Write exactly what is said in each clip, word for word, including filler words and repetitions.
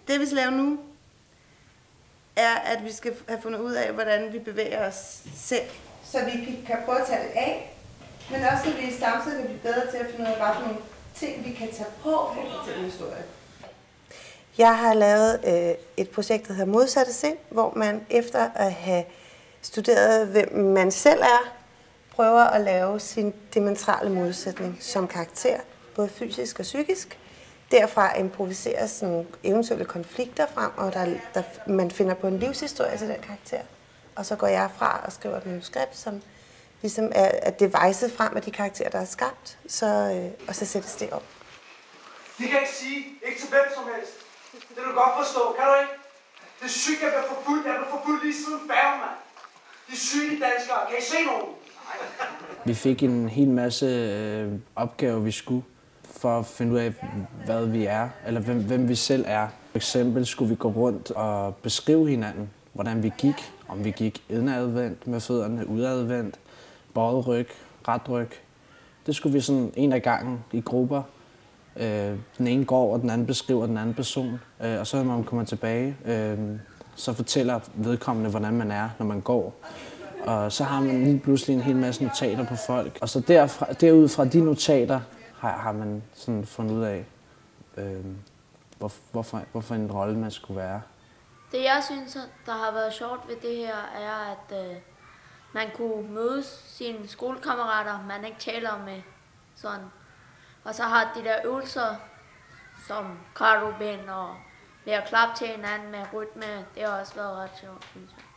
Det vi skal lave nu, er, at vi skal have fundet ud af, hvordan vi bevæger os selv, så vi kan prøve at tage det af, men også så vi samtidig kan blive bedre til at finde ud af, hvad for nogle ting, vi kan tage på for at fortælle en historie. Jeg har lavet øh, et projekt, der hedder Modsatte Sind, hvor man efter at have studeret, hvem man selv er, prøver at lave sin diametrale modsætning som karakter, både fysisk og psykisk. Derfra improviseres nogle eventuelle konflikter frem, og der, der, man finder på en livshistorie til den karakter. Og så går jeg fra og skriver et manuskript, som ligesom er, er devicet frem af de karakterer, der er skabt, så, øh, og så sættes det op. De kan ikke sige, ikke til hvem som helst. Det kan du godt forstå, kan du ikke? Det er sygt, jeg bliver forfulgt. Jeg bliver forfulgt lige siden færgen, mand. De er syge danskere. Kan I se nogen? Vi fik en hel masse øh, opgaver, vi skulle, for at finde ud af, hvad vi er, eller hvem, hvem vi selv er. For eksempel skulle vi gå rundt og beskrive hinanden, hvordan vi gik. Om vi gik indadvendt med fødderne, udadvendt, bøjet ryg, ret ryg. Det skulle vi sådan en af gangen i grupper. Øh, den ene går, og den anden beskriver den anden person. Øh, og så når man kommer tilbage, øh, så fortæller vedkommende, hvordan man er, når man går. Og så har man lige pludselig en hel masse notater på folk. Og så derfra, derud fra de notater har, har man sådan fundet ud af, øh, hvor, hvorfor, hvorfor en rolle man skulle være. Det jeg synes, der har været sjovt ved det her, er at øh, man kunne møde sine skolekammerater, man ikke taler med sådan. Og så har de der øvelser, som kardoben og ved at klappe til hinanden med rytme, det har også været ret sjovt, synes jeg.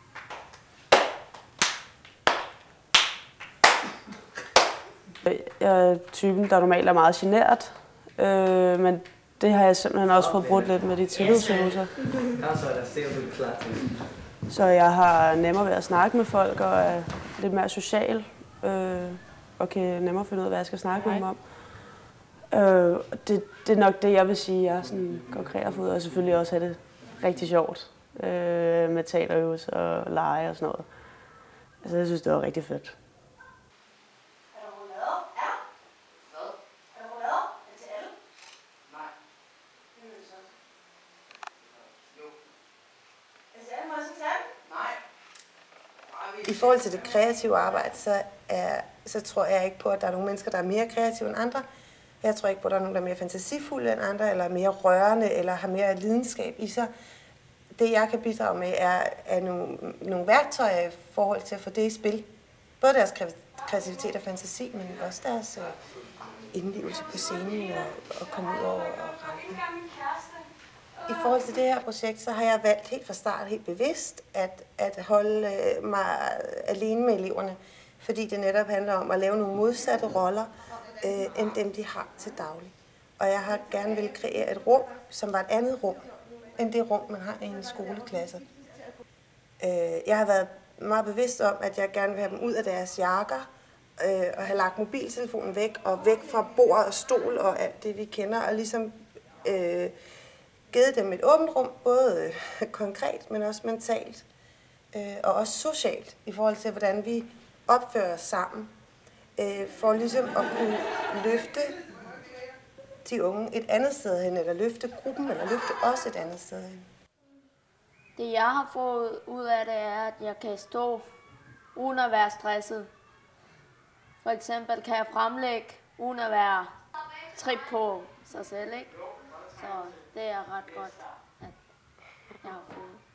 Jeg er typen, der normalt er meget genert, øh, men det har jeg simpelthen også fået brudt lidt med de tillidsøvelser. Så jeg har nemmere ved at snakke med folk og er lidt mere social, øh, og kan nemmere finde ud af, hvad jeg skal snakke med dem om. Øh, det, det er nok det, jeg vil sige, jeg sådan går kreativ ud, og selvfølgelig også have det rigtig sjovt øh, med teaterøvelser og lege og sådan noget. Altså, jeg synes, det var rigtig fedt. I forhold til det kreative arbejde, så, er, så tror jeg ikke på, at der er nogle mennesker, der er mere kreative end andre. Jeg tror ikke på, at der er nogen, der er mere fantasifulde end andre, eller mere rørende, eller har mere lidenskab i sig. Det, jeg kan bidrage med, er, er nogle, nogle værktøjer i forhold til at få det i spil. Både deres kreativitet og fantasi, men også deres uh, indlevelse på scenen og, og komme ud over og rampen. I forhold til det her projekt, så har jeg valgt helt fra start, helt bevidst, at, at holde mig alene med eleverne, fordi det netop handler om at lave nogle modsatte roller, øh, end dem, de har til daglig. Og jeg har gerne vil kreere et rum, som var et andet rum, end det rum, man har i en skoleklasse. Øh, jeg har været meget bevidst om, at jeg gerne vil have dem ud af deres jakker, øh, og have lagt mobiltelefonen væk, og væk fra bord og stol og alt det, vi kender, og ligesom øh, givet dem et åbent rum, både øh, konkret, men også mentalt, øh, og også socialt, i forhold til, hvordan vi opfører os sammen, øh, for ligesom at kunne løfte de unge et andet sted hen, eller løfte gruppen, eller løfte os et andet sted hen. Det jeg har fået ud af det er, at jeg kan stå uden at være stresset. For eksempel kan jeg fremlægge uden at være trip på sig selv, ikke? Så det er ret godt, at jeg har fået.